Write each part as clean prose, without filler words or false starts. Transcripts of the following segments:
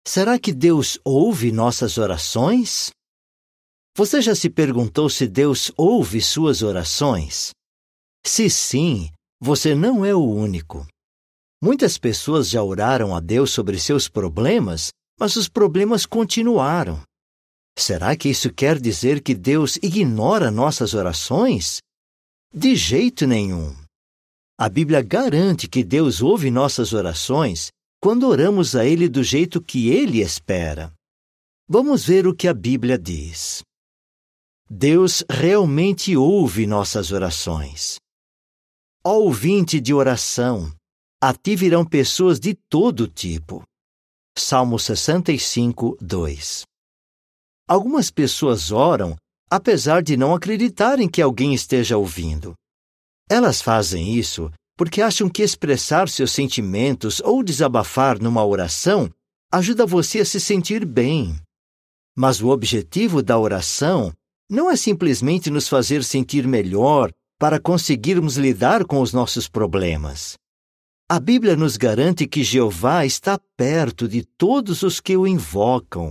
Será que Deus ouve nossas orações? Você já se perguntou se Deus ouve suas orações? Se sim, você não é o único. Muitas pessoas já oraram a Deus sobre seus problemas, mas os problemas continuaram. Será que isso quer dizer que Deus ignora nossas orações? De jeito nenhum. A Bíblia garante que Deus ouve nossas orações quando oramos a Ele do jeito que Ele espera. Vamos ver o que a Bíblia diz. Deus realmente ouve nossas orações. Ó ouvinte de oração, a ti virão pessoas de todo tipo. Salmo 65, 2. Algumas pessoas oram, apesar de não acreditarem que alguém esteja ouvindo. Elas fazem isso porque acham que expressar seus sentimentos ou desabafar numa oração ajuda você a se sentir bem. Mas o objetivo da oração não é simplesmente nos fazer sentir melhor para conseguirmos lidar com os nossos problemas. A Bíblia nos garante que Jeová está perto de todos os que o invocam,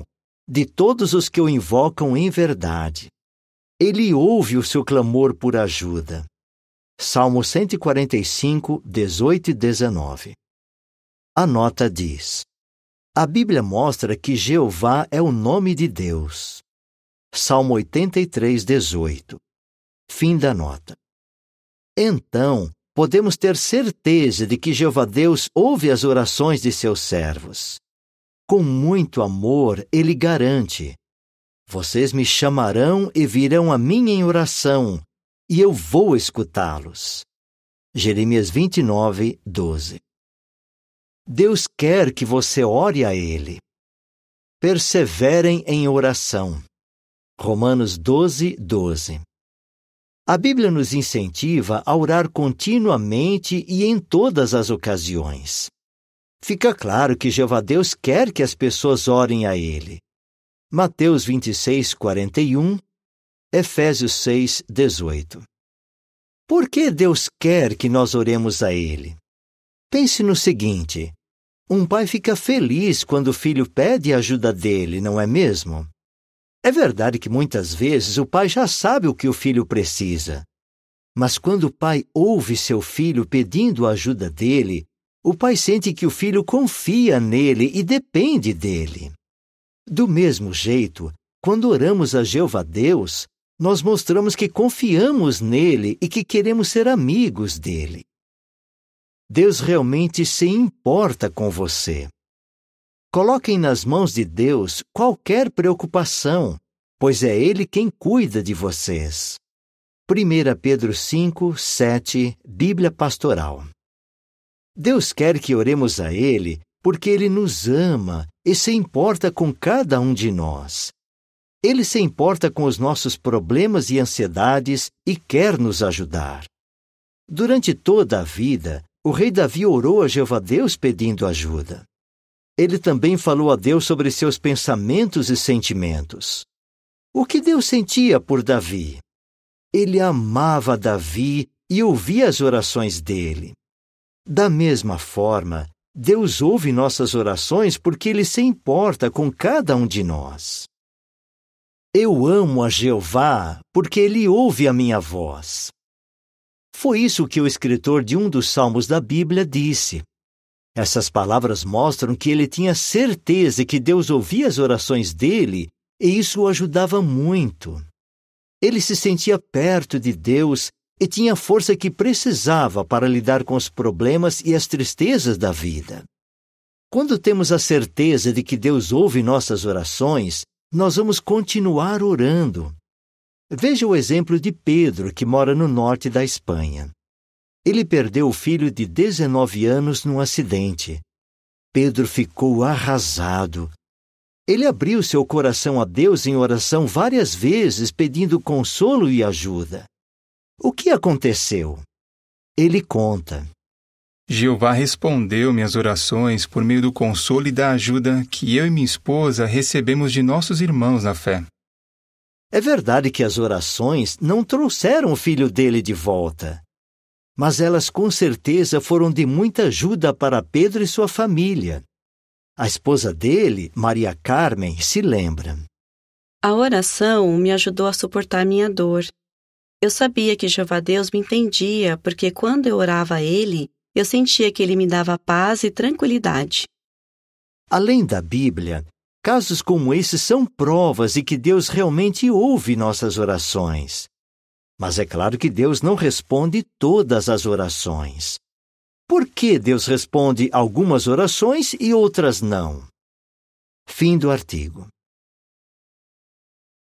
em verdade. Ele ouve o seu clamor por ajuda. Salmo 145, 18 e 19. A nota diz: a Bíblia mostra que Jeová é o nome de Deus. Salmo 83, 18. Fim da nota. Então, podemos ter certeza de que Jeová Deus ouve as orações de seus servos. Com muito amor, Ele garante: vocês me chamarão e virão a mim em oração, e eu vou escutá-los. Jeremias 29, 12. Deus quer que você ore a Ele. Perseverem em oração. Romanos 12, 12. A Bíblia nos incentiva a orar continuamente e em todas as ocasiões. Fica claro que Jeová Deus quer que as pessoas orem a Ele. Mateus 26, 41, Efésios 6, 18. Por que Deus quer que nós oremos a Ele? Pense no seguinte: um pai fica feliz quando o filho pede a ajuda dele, não é mesmo? É verdade que muitas vezes o pai já sabe o que o filho precisa. Mas quando o pai ouve seu filho pedindo a ajuda dele, o pai sente que o filho confia nele e depende dele. Do mesmo jeito, quando oramos a Jeová Deus, nós mostramos que confiamos nele e que queremos ser amigos dele. Deus realmente se importa com você. Coloquem nas mãos de Deus qualquer preocupação, pois é Ele quem cuida de vocês. 1 Pedro 5, 7, Bíblia Pastoral. Deus quer que oremos a Ele porque Ele nos ama e se importa com cada um de nós. Ele se importa com os nossos problemas e ansiedades e quer nos ajudar. Durante toda a vida, o rei Davi orou a Jeová Deus pedindo ajuda. Ele também falou a Deus sobre seus pensamentos e sentimentos. O que Deus sentia por Davi? Ele amava Davi e ouvia as orações dele. Da mesma forma, Deus ouve nossas orações porque Ele se importa com cada um de nós. Eu amo a Jeová porque Ele ouve a minha voz. Foi isso que o escritor de um dos salmos da Bíblia disse. Essas palavras mostram que ele tinha certeza que Deus ouvia as orações dele e isso o ajudava muito. Ele se sentia perto de Deus e tinha a força que precisava para lidar com os problemas e as tristezas da vida. Quando temos a certeza de que Deus ouve nossas orações, nós vamos continuar orando. Veja o exemplo de Pedro, que mora no norte da Espanha. Ele perdeu o filho de 19 anos num acidente. Pedro ficou arrasado. Ele abriu seu coração a Deus em oração várias vezes, pedindo consolo e ajuda. O que aconteceu? Ele conta: Jeová respondeu minhas orações por meio do consolo e da ajuda que eu e minha esposa recebemos de nossos irmãos na fé. É verdade que as orações não trouxeram o filho dele de volta, mas elas com certeza foram de muita ajuda para Pedro e sua família. A esposa dele, Maria Carmen, se lembra. A oração me ajudou a suportar minha dor. Eu sabia que Jeová Deus me entendia, porque quando eu orava a Ele, eu sentia que Ele me dava paz e tranquilidade. Além da Bíblia, casos como esses são provas de que Deus realmente ouve nossas orações. Mas é claro que Deus não responde todas as orações. Por que Deus responde algumas orações e outras não? Fim do artigo.